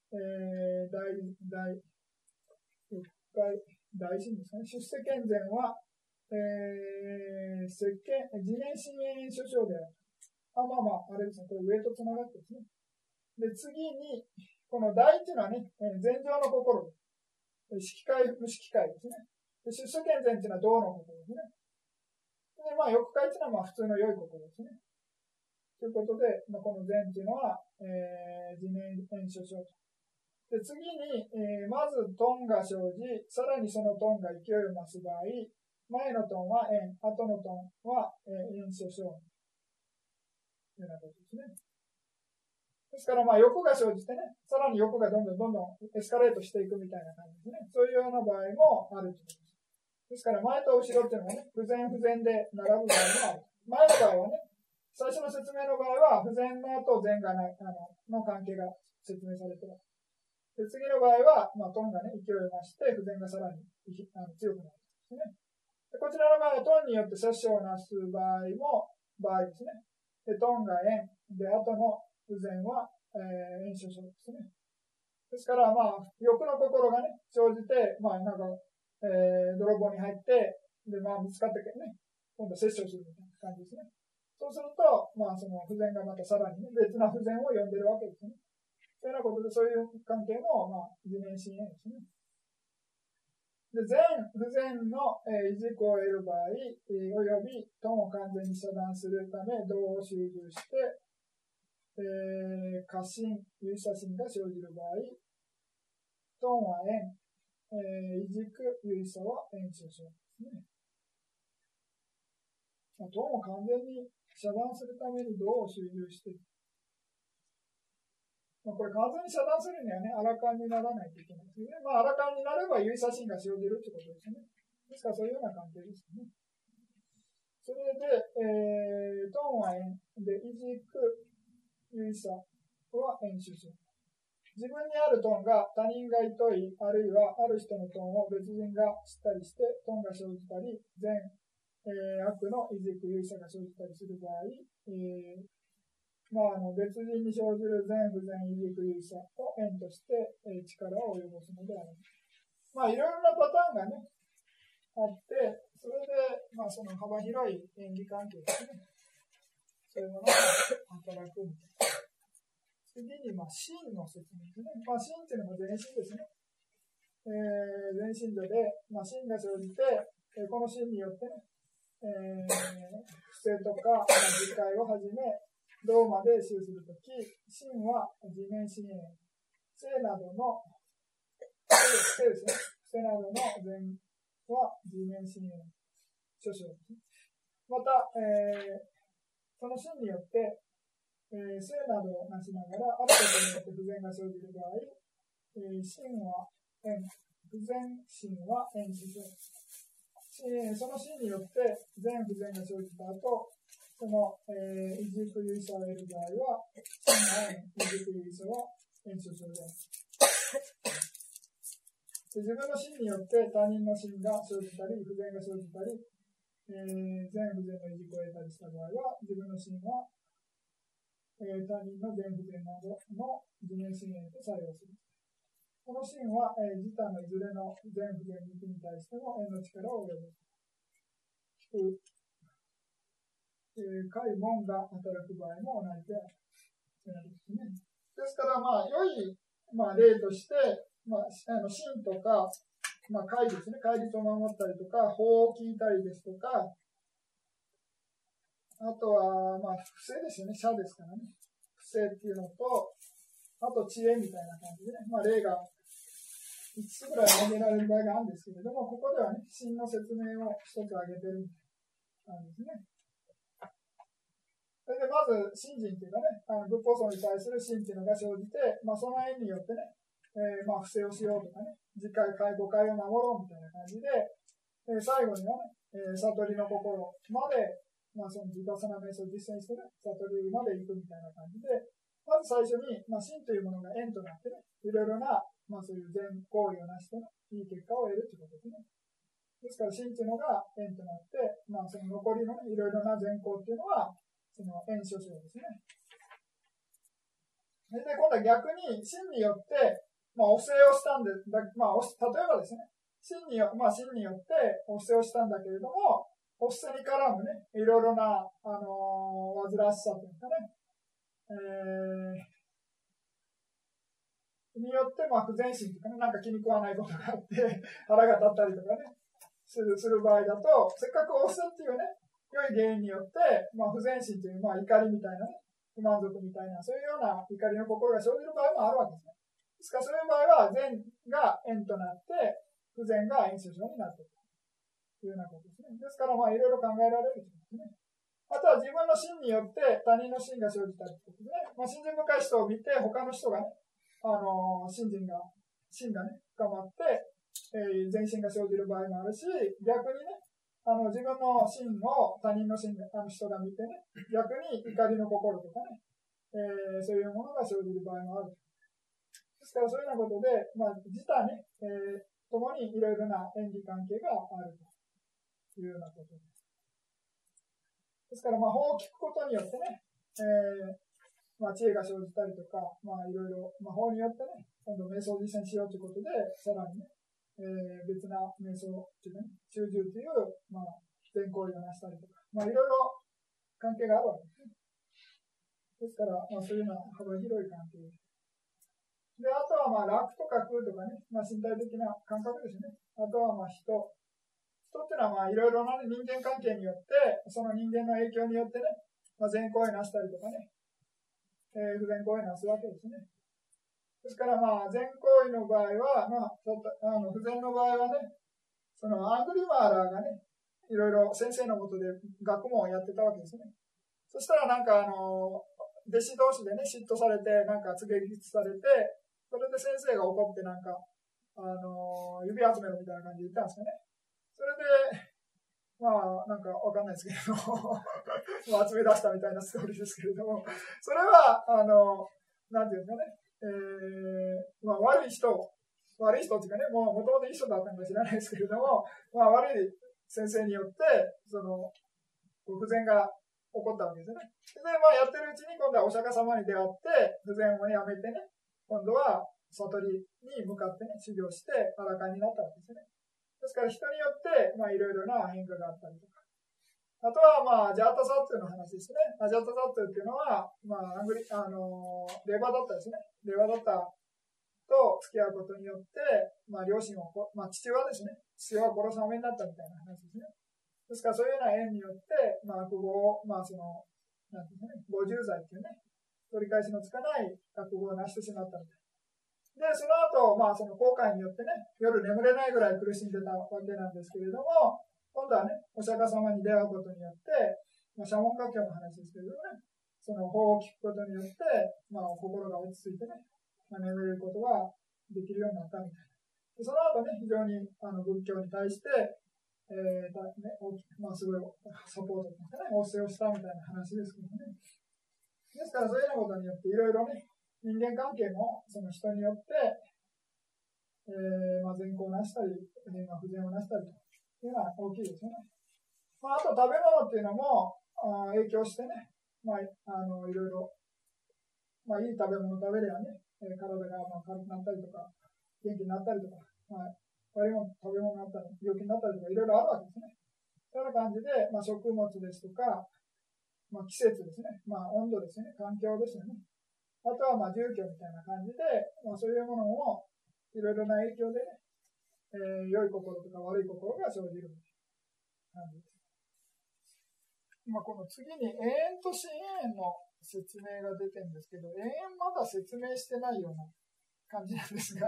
欲界、大心ですね。出世権善は、自然支援所掌である。あれですね。これ上とつながってですね。で、次に、この大っていうのはね、善情の心です。色界、無色界ですね。で、出世権善っていうのは道の心ですね。で、欲界っていうのは普通の良い心ですね。ということで、この善っていうのは、自然所掌と。で、次に、まずトンが生じ、さらにそのトンが勢いを増す場合、前のトンは円、後のトンは円所掌というようなことですね。ですから、欲が生じてね、さらに欲がどんどんエスカレートしていくみたいな感じですね。そういうような場合もあるということです。ですから、前と後ろっていうのはね、不全で並ぶ場合もある。前の場合はね、最初の説明の場合は、不全のと善がないの関係が説明されています。で、次の場合は、トンがね、勢いを増して、不全がさらに強くなるんですね。で、こちらの場合は、トンによって殺生をなす場合ですね。で、トンが円、で、後の不全は、円所掌ですね。ですから、欲の心がね、生じて、泥棒に入って、で、見つかってね、今度殺生するみたいな感じですね。そうすると、その不全がまたさらに、ね、別な不全を呼んでるわけですね。そういうようなことで、そういう関係も、自然支援ですね。で、不全の、維持を得る場合、および、トンを完全に遮断するため、道を集中して、過信、有差心が生じる場合、トンは円、維持有差は円所掌ですね。トンを完全に遮断するために道を集中している。これ完全に遮断するにはね、アラカンにならないといけないですね。アラカンになれば有差心が生じるということですね。ですからそういうような関係ですね。そそれで、トンは円で、いじく、ゆいさは円主数。自分にあるトンが他人が厭い、あるいはある人のトンを別人が知ったりして、トンが生じたり、善、悪のいじく、ゆいさが生じたりする場合、別人に生じる善不善いじく、ゆいさを円として、力を及ぼすのである。いろいろなパターンがね、あって、それで、その幅広い演技関係ですね。そういうものが働くみたいな。次に、真の説明ですね。真っていうのも全身ですね。全身度で、真が生じて、この真によってね、不正とか、自戒をはじめ、道まで修するとき、真は自明真縁、聖などの、聖ですね。聖などの善は自明真縁、諸々ですね。また、その真によって、聖などをなしながら、あることによって不全が生じる場合、真は縁、不全真は縁主張。その真によって全不全が生じた後、その、いじくゆいさを得る場合は、真は縁、いじくゆいさは縁主張である。自分の真によって他人の真が生じたり、不全が生じたり、全不全のいじくを得たりした場合は、自分の真は他人の全不全などの自明真縁と作用する。この真は、自他のいずれの全不全肉に対しても縁の力を及ぼす。解門が働く場合も同じである。ですから、良い、例として、真とか、解ですね、戒律を守ったりとか、法を聞いたりですとか、あとは、不正ですよね、社ですからね。不正っていうのと、あと知恵みたいな感じでね、例が5つぐらい挙げられる場合があるんですけれども、ここではね、真の説明を一つ挙げてるみたいなんですね。それでまず、信心っていうかね、仏法僧に対する信っていうのが生じて、その縁によってね、不正をしようとかね、自戒、誤解を守ろうみたいな感じで、最後にはね、悟りの心まで、その自他な瞑想を実践してね、悟りまで行くみたいな感じで、まず最初に、真というものが縁となってね、いろいろな、そういう善行為をなしてね、いい結果を得るということですね。ですから、真というのが縁となって、その残りの、ね、いろいろな善行っていうのは、その縁諸々ですね。で、今度は逆に、真によって、お布施をしたんで、例えばですね、真によってお布施をしたんだけれども、お布施に絡むね、いろいろな、煩わしさというかね、によって、不全心というかね、なんか気に食わないことがあって、腹が立ったりとかね、する場合だと、せっかくお布施っていうね、良い原因によって、不全心という、怒りみたいなね、不満足みたいな、そういうような怒りの心が生じる場合もあるわけですね。ですから、そういう場合は、善が縁となって、不全が縁主張になっているというようなことですね。ですから、いろいろ考えられるということですね。あとは自分の心によって他人の心が生じたということで、信心深い人を見て、他の人がね、心がね、深まって、全身が生じる場合もあるし、逆にね、自分の心を他人の心が、人が見てね、逆に怒りの心とかね、そういうものが生じる場合もある。ですから、そういうようなことで、自他ね、ともにいろいろな縁起関係があるというようなことです。ですから、法を聞くことによってね、知恵が生じたりとか、いろいろ、法によってね、今度瞑想を実践しようということで、さらにね、別な瞑想というかね、修習という、善行為をなしたりとか、いろいろ関係があるわけですね。ですから、そういうような幅広い関係です。で、あとは楽とか空とかね、身体的な感覚ですね。あとは人っていうのは、いろいろな人間関係によって、その人間の影響によってね、善行為をなしたりとかね、不善行為をなすわけですね。ですから、善行為の場合は、不善の場合はね、そのアングリマーラーがね、いろいろ先生のもとで学問をやってたわけですね。そしたら弟子同士でね、嫉妬されて、告げ口されて、それで先生が怒って、指集めろみたいな感じで言ったんですよね。それで、 なんかわかんないですけれども、集め出したみたいなストーリーですけれども、それは、なんていうんですかね、悪い人っていうかね、もともといい人だったのか知らないですけれども、悪い先生によって、不全が起こったわけですよね。で、やってるうちに今度はお釈迦様に出会って、不全をやめてね、今度は悟りに向かってね、修行して、あらかになったわけですよね。ですから人によって、いろいろな変化があったりとか。あとは、ジャータサットゥの話ですね。ジャータサットゥっていうのは、レバダッタですね。レバダッタと付き合うことによって、両親を、父親ですね。父親を殺す羽目になったみたいな話ですね。ですから、そういうような縁によって、悪語を、なんていうんですかね、50罪っていうね、取り返しのつかない悪語を成してしまったみたいな。で、その後、その後悔によってね、夜眠れないぐらい苦しんでたわけなんですけれども、今度はね、お釈迦様に出会うことによって、シャモンカ教の話ですけれどもね、その法を聞くことによって、心が落ち着いてね、眠れることができるようになったみたいな。でその後ね、非常に仏教に対して、すごいサポートとかね、応戦をしたみたいな話ですけどね。ですから、そういうようなことによって、いろいろね、人間関係もその人によって、善行をなしたり、不善をなしたりというのは大きいですよね。あと食べ物っていうのも影響してね、いろいろ、いい食べ物を食べればね、体が軽くなったりとか、元気になったりとか、悪い食べ物があったり、病気になったりとか、いろいろあるわけですね。そういうような感じで、食物ですとか、季節ですね、温度ですね、環境ですよね。あとは住居みたいな感じで、そういうものもいろいろな影響でね、良い心とか悪い心が生じる感じです。この次に永遠と深遠の説明が出てるんですけど、永遠まだ説明してないような感じなんですが、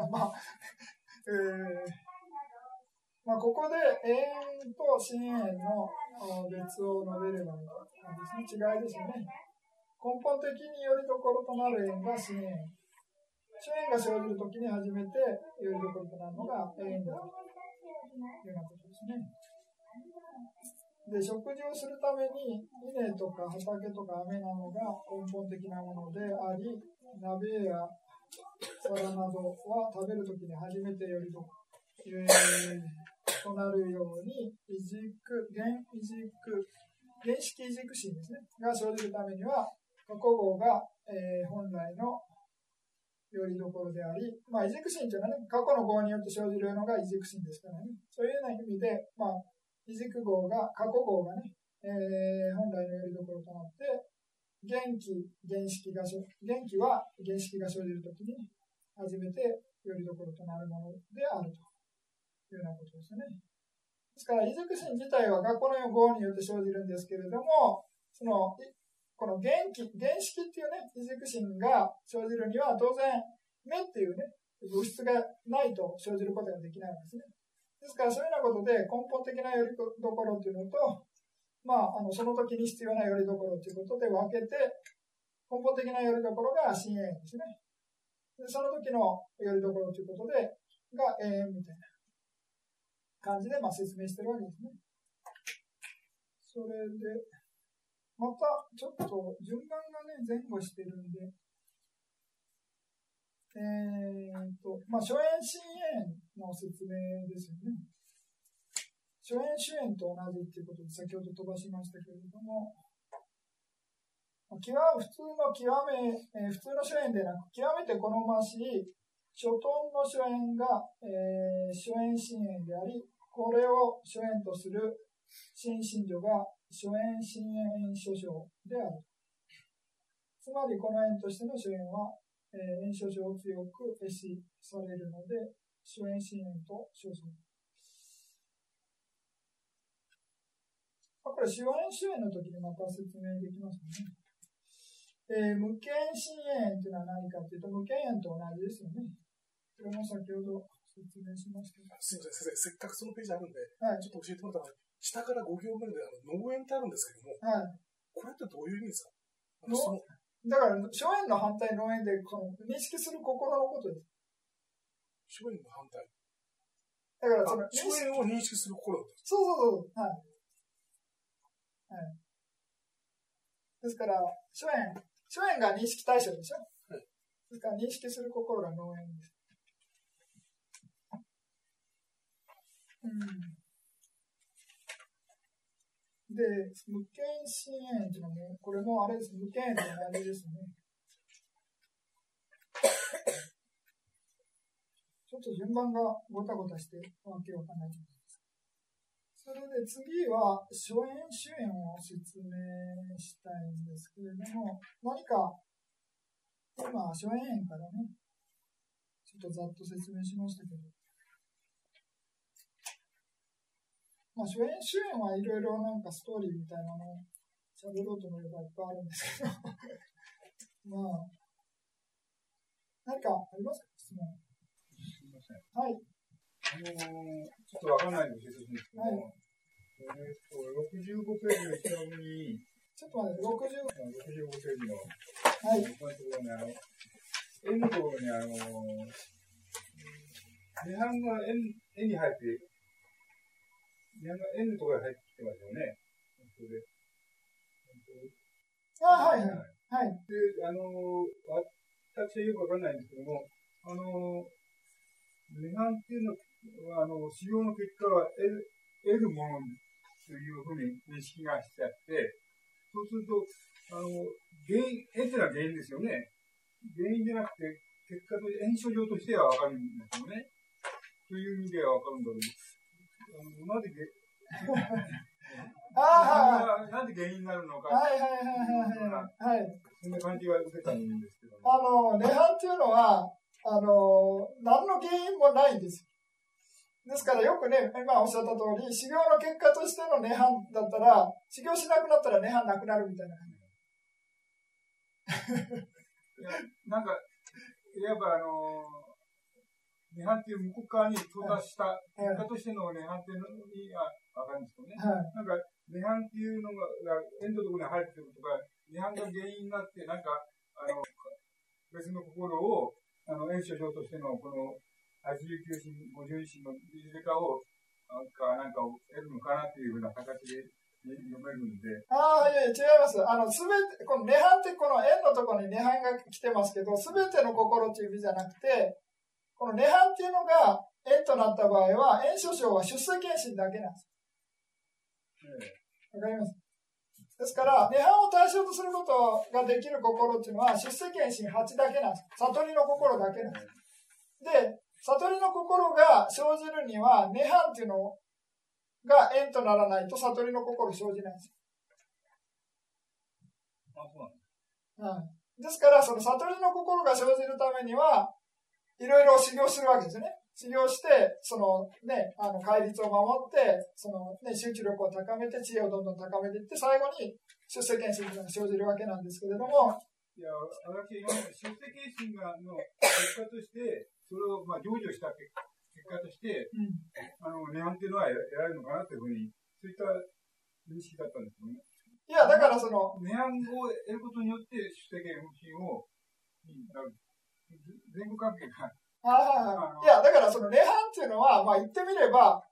ここで永遠と深遠の別を述べればいい感じですね。違いですよね。根本的によりどころとなる縁が深遠。深遠が生じるときに初めてよりどころとなるのが永遠であるというようなことですね。で、食事をするために稲とか畑とか雨などが根本的なものであり、鍋や皿などは食べるときに初めてよりどころとなるように原式異軸心ですねが生じるためには過去号が、本来のよりどころであり、異軸心というのはね、過去の号によって生じるのが異軸心ですからね、そういうような意味で、異軸号が、過去号がね、本来のよりどころとなって、元気は原式が生じるときに初めてよりどころとなるものであるというようなことですね。ですから、異軸心自体は過去の号によって生じるんですけれども、この原式っていうね、異軸心が生じるには当然、目っていうね、物質がないと生じることができないんですね。ですから、そういうようなことで根本的なよりどころっていうのと、その時に必要なよりどころということで分けて、根本的なよりどころが深遠ですね。で、その時のよりどころということで、が永遠みたいな感じで説明してるわけですね。それで、またちょっと順番がね、前後してるんで、諸縁深遠の説明ですよね。諸縁主縁と同じということで先ほど飛ばしましたけれども、普通の諸縁でなく極めて好ましい諸トンの諸縁が、諸縁深遠であり、これを諸縁とする新信女が諸縁深遠諸称である。つまりこの縁としての諸縁は、縁諸称を強く壊死されるので、諸縁深遠と称する。これ、諸縁主縁の時にまた説明できますね。無権深縁というのは何かというと、無権縁と同じですよね。これも先ほど説明しました。 すみません、先生、せっかくそのページあるんで、ちょっと教えてもらったら、下から5行目で農園ってあるんですけども、これってどういう意味ですか？ だから、諸縁の反対、農園で認識する心のことです。 諸縁の反対。 だから諸縁を認識する心です。 そう。 ですから、諸縁が認識対象でしょ。ですから認識する心が農縁です。で、無権心縁っていうのも、これもあれです、無権縁のあれですね。ちょっと順番がごたごたしてわけわかんないと思います。それで次は、諸縁主縁を説明したいんですけれども、何か、今、諸縁縁からね、ちょっとざっと説明しましたけど、諸縁主縁はいろいろなんかストーリーみたいなのを喋ろうと思えばいっぱいあるんですけど、何かありますか、質問。 すみません。 はい。 ちょっとわかんないので教えてほしいんですけど、65ページの一番に、 ちょっと待って、 65ページの、 はい。 このところに、円のところに、値半が円に入って、値半が円のところに入ってきてますよね。それではいはい。はい。 で、私はよくわかんないんですけども、値半っていうのは、使用の結果は得るものというふうに認識がしてあって、そうすると、円っていうのは原因ですよね。原因じゃなくて、結果として、円所上としてはわかるんですよね。という意味ではわかるんだけど、なんでなんで原因になるのか。はい。そんな感じが受けたんですけど。 涅槃っていうのは、何の原因もないんですよ。ですからよくね、今おっしゃった通り、修行の結果としての涅槃だったら、修行しなくなったら涅槃なくなるみたいな感じ。 なんか、いわば涅槃っていう向こう側に到達した結果としての涅槃っていうのには分かるんですけどね。なんか、涅槃っていうのが、円のところに入ってることが、涅槃が原因になって、なんか、別の心を、円所上としての、この、89心、51心のいずれかを、なんかを得るのかなっていうふうな形で読めるんで。 いや違います。すべて、この涅槃ってこの円のところに涅槃が来てますけど、すべての心という意味じゃなくて、この涅槃っていうのが円となった場合は、円所上は出世見心だけなんです。わかります？ですから、涅槃を対象とすることができる心っていうのは、出世見心8だけなんです。悟りの心だけなんです。で、悟りの心が生じるには、涅槃っていうのが縁とならないと悟りの心生じないんです。ですから、その悟りの心が生じるためには、いろいろ修行するわけですよね。修行して、そのね、戒律を守って、そのね、集中力を高めて、知恵をどんどん高めていって、最後に出世見心が生じるわけなんですけれども。 いや、私、今まで出世見心の結果として、それを成就した結果として、涅槃っていうのは得られるのかなというふうに、そういった認識だったんですよね。 いや、だからその、 涅槃を得ることによって、出世見心を、前後関係が。 いや、だからその涅槃っていうのは、言ってみれば、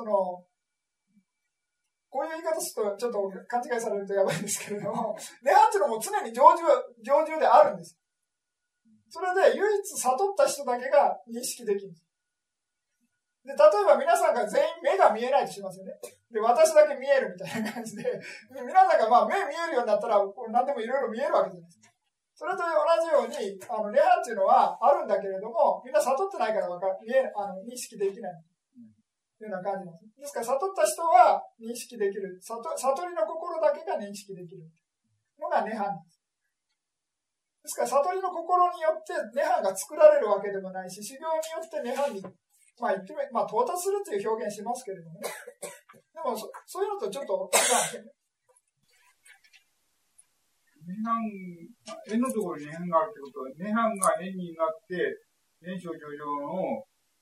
こういう言い方するとちょっと勘違いされるとやばいんですけれども、涅槃っていうのも常に常住であるんです。それで唯一悟った人だけが認識できるんです。で、例えば皆さんが全員目が見えないとしますよね。で、私だけ見えるみたいな感じで、皆さんが目見えるようになったら、何でもいろいろ見えるわけじゃないですか。それと同じように、涅槃っていうのはあるんだけれども、みんな悟ってないから認識できない。というような感じなんです。ですから、悟った人は認識できる。悟りの心だけが認識できるのが涅槃です。ですから、悟りの心によって涅槃が作られるわけでもないし、修行によって涅槃に、到達するという表現しますけれどもね。でも、そういうのとちょっと違うんですよね。 円のところに涅槃があるということは、涅槃が円になって、円所上の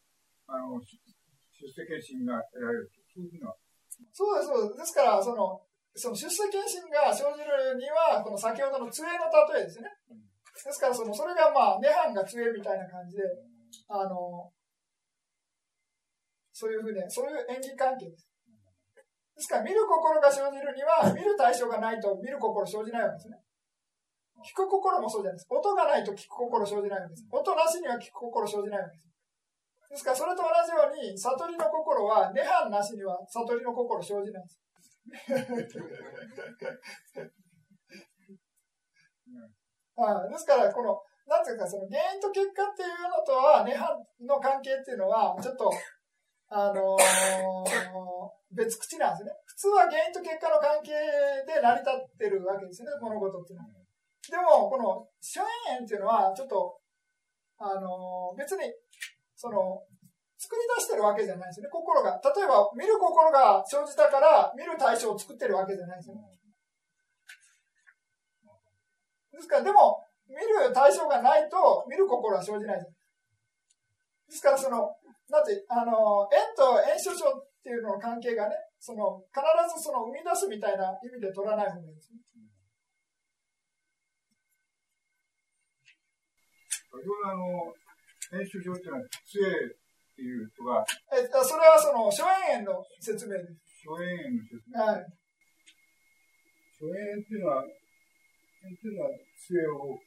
出世見心が得られる。そういうふうな。 そうです、そうです。ですから、その出世見心が生じるには、この先ほどの杖の例えですね。ですから、それが涅槃が杖みたいな感じで、そういうふうに、そういう縁起関係です。 ですから見る心が生じるには見る対象がないと見る心生じないわけですね。聞く心もそうじゃないです。音がないと聞く心生じないわけです。音なしには聞く心生じないわけです。ですからそれと同じように悟りの心は涅槃なしには悟りの心生じないんです。ですからこのなんていうかその原因と結果っていうのとは涅槃の関係っていうのはちょっと別口なんですね。普通は原因と結果の関係で成り立ってるわけですね、物事っていうのは。でもこの諸縁っていうのはちょっと別にその作り出してるわけじゃないですよね、心が。例えば見る心が生じたから見る対象を作ってるわけじゃないですよね。ですからでも見る対象がないと見る心は生じないです。ですからそのなんて縁と縁所掌っていうのの関係がね、その必ずその生み出すみたいな意味で取らない方がいいですね。 縁所掌っていうのは杖っていうとか。 それはその諸縁の説明です。 諸縁の説明。 はい。 諸縁っていうのは杖を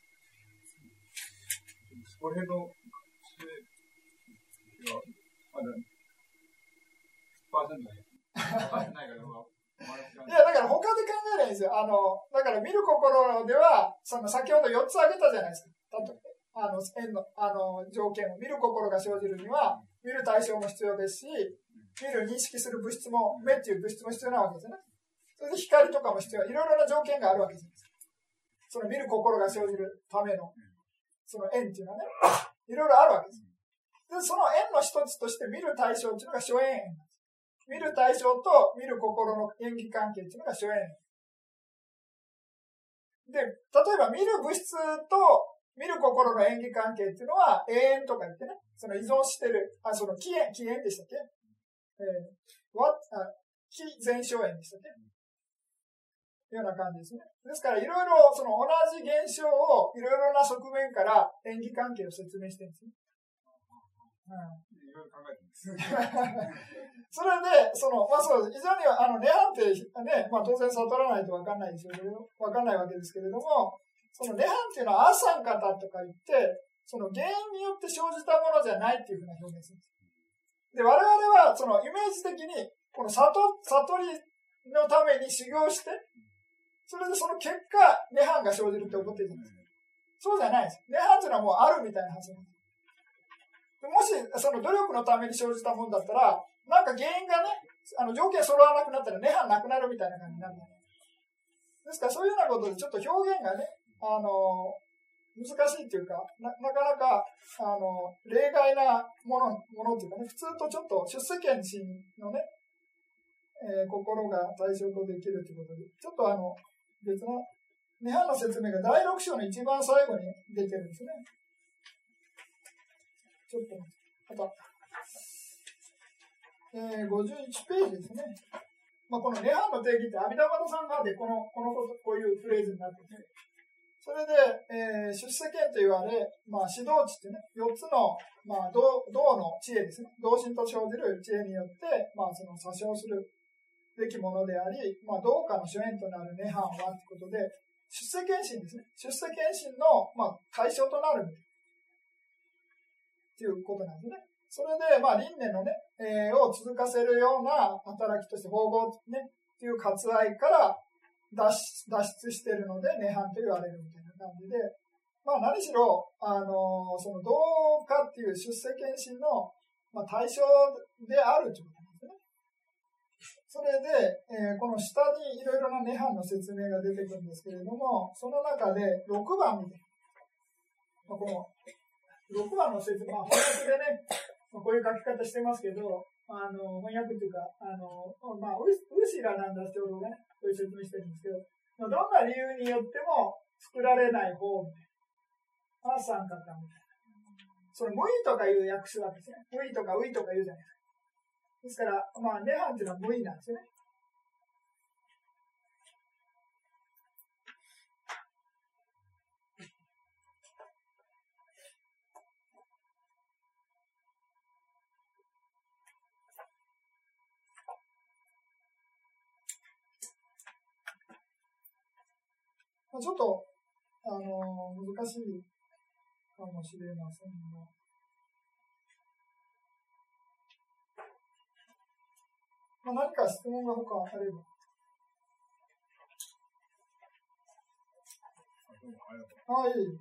これのまだ1%ないからいやだから他で考えないんですよ。だから見る心ではその先ほど4つ挙げたじゃないですか。縁の条件を見る心が生じるには見る対象も必要ですし、見る認識する物質も目っていう物質も必要なわけですよね。それで光とかも必要、いろいろな条件があるわけです。その見る心が生じるためのその縁っていうのはね、いろいろあるわけです。で、その縁の一つとして見る対象っていうのが諸縁縁なんです。見る対象と見る心の縁起関係っていうのが諸縁縁。で、例えば見る物質と見る心の縁起関係っていうのは永遠とか言ってね、その依存してる、その起縁でしたっけ？起前諸縁でしたっけ？ような感じですね。ですからいろいろその同じ現象をいろいろな側面から縁起関係を説明してるんですね。 いろいろ考えてます。 それでそう非常に涅槃ってね、当然悟らないと分かんないですよね。分かんないわけですけれども、その涅槃っていうのはアサンカタとか言って、その原因によって生じたものじゃないっていうふうな表現するんです。で、我々はそのイメージ的にこの悟りのために修行して、それでその結果涅槃が生じるって思ってるんです。そうじゃないです。涅槃っていうのはもうあるみたいなはずなんです。もしその努力のために生じたもんだったら、なんか原因がね、条件揃わなくなったら涅槃なくなるみたいな感じになる。ですからそういうようなことでちょっと表現がね、難しいっていうか、なかなか例外なものっていうかね、普通とちょっと出世権心のね、心が対象とできるということで、ちょっと別の涅槃の説明が第6章の一番最後に出てるんですね。ちょっとあと、51ページですね。この涅槃の定義って阿弥陀丸さんがでこういうフレーズになってて、それで、出世権と言われ、指導地ってね、4つの、道の知恵ですね、道心と生じる知恵によって、その詐称するべきものであり、道家の諸縁となる涅槃はということで、出世権心ですね、出世権心の、対象となるということなんですね。それで、輪廻のね、を続かせるような働きとして、縫合ね、っていう割愛から脱出しているので、涅槃と言われるみたいな感じで、何しろ、その道家っていう出世権心の、対象であるということなんですね。それで、この下にいろいろな涅槃の説明が出てくるんですけれども、その中で6番見て、この6番の説明、翻訳でね、こういう書き方してますけど、翻訳というか、ウシラなんだってことがね、こういう説明してるんですけど、どんな理由によっても作られない方みたいな。アーサンカタみたいな。それ、無意とかいう訳すわけですね。無意とかウイとか言うじゃないですか。ですから、涅槃っていうのは無意なんですよね。 ちょっと、難しいかもしれませんが。何か質問が他あれば。いい。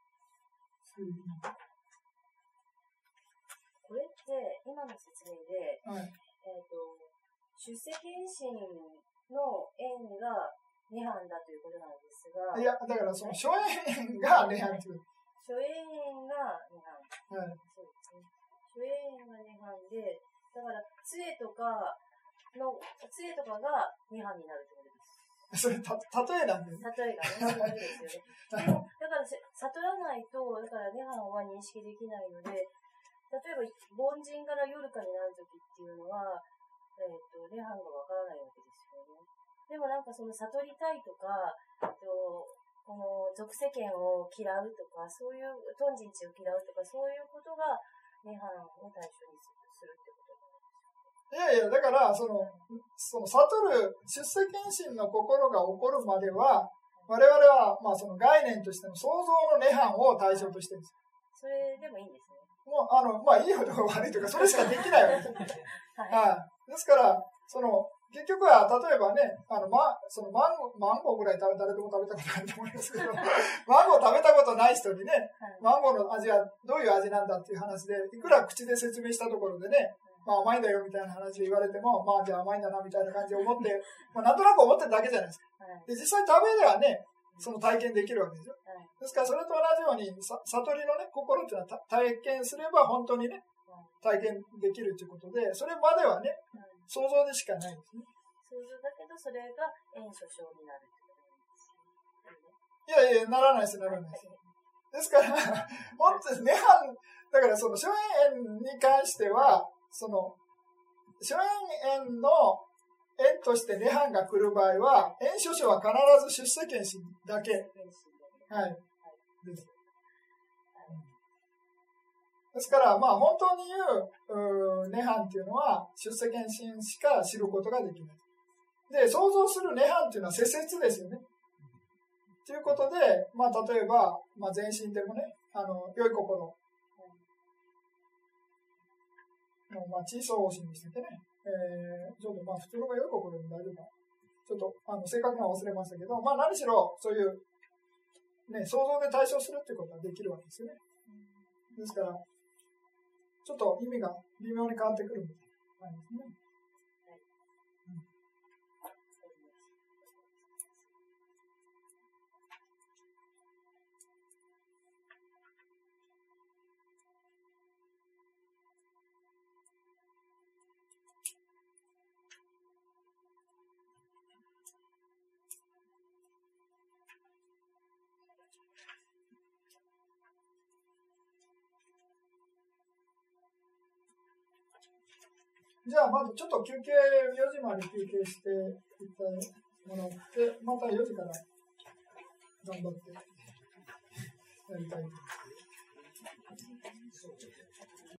これって今の説明で、出世検診の縁が涅槃だということなんですが、 いや、だからその諸縁が涅槃という。 諸縁が涅槃。そうですね。諸縁が涅槃で、だから杖とかが涅槃になるってことです。 それ例えなんです。 例えがね、そういうことですよね。でも、だから悟らないと、だから涅槃は認識できないので、例えば凡人から夜かになるときっていうのは、涅槃がわからないわけですよね。でもなんかその悟りたいとか、この俗世間を嫌うとか、そういう貪心地を嫌うとか、そういうことが涅槃を対象にするってこと。 いやいや、だから、その悟る出世検診の心が起こるまでは、我々は、その概念としての創造の涅槃を対象としてるんです。 それでもいいんですね。 もう、いいとか悪いとか、それしかできないわけです。ですから、結局は、例えばね、そのマンゴーぐらい誰でも食べたことないと思いますけど、マンゴー食べたことない人にね、マンゴーの味はどういう味なんだっていう話で、いくら口で説明したところでね、甘いんだよみたいな話で言われても、じゃあ甘いんだなみたいな感じで思って、なんとなく思ってるだけじゃないですか。で、実際食べではね、その体験できるわけですよ。ですから、それと同じように、悟りのね、心っていうのは体験すれば本当にね、体験できるということで、それまではね、想像でしかないんですね。 想像だけど、それが縁所掌になるってことなんですね。いやいや、ならないです、ならないです。ですから、本当に涅槃、だからその諸縁に関しては、その諸縁の縁として涅槃が来る場合は、縁所掌は必ず出世検診だけ。です。ですから、本当に言う涅槃っていうのは出世検診しか知ることができない。で、想像する涅槃っていうのは世節ですよね。ということで、例えば、全身でもね、良い心小さを心にしててね、ちょっと普通のが良い心でも大丈夫か。ちょっと正確なの忘れましたけど、何しろそういう、ね、想像で対処するってことができるわけですよね。ですから、ちょっと意味が微妙に変わってくるみたいな感じですね。じゃあ、まずちょっと休憩、4時まで休憩していってもらって、また4時から頑張ってやりたいと思います。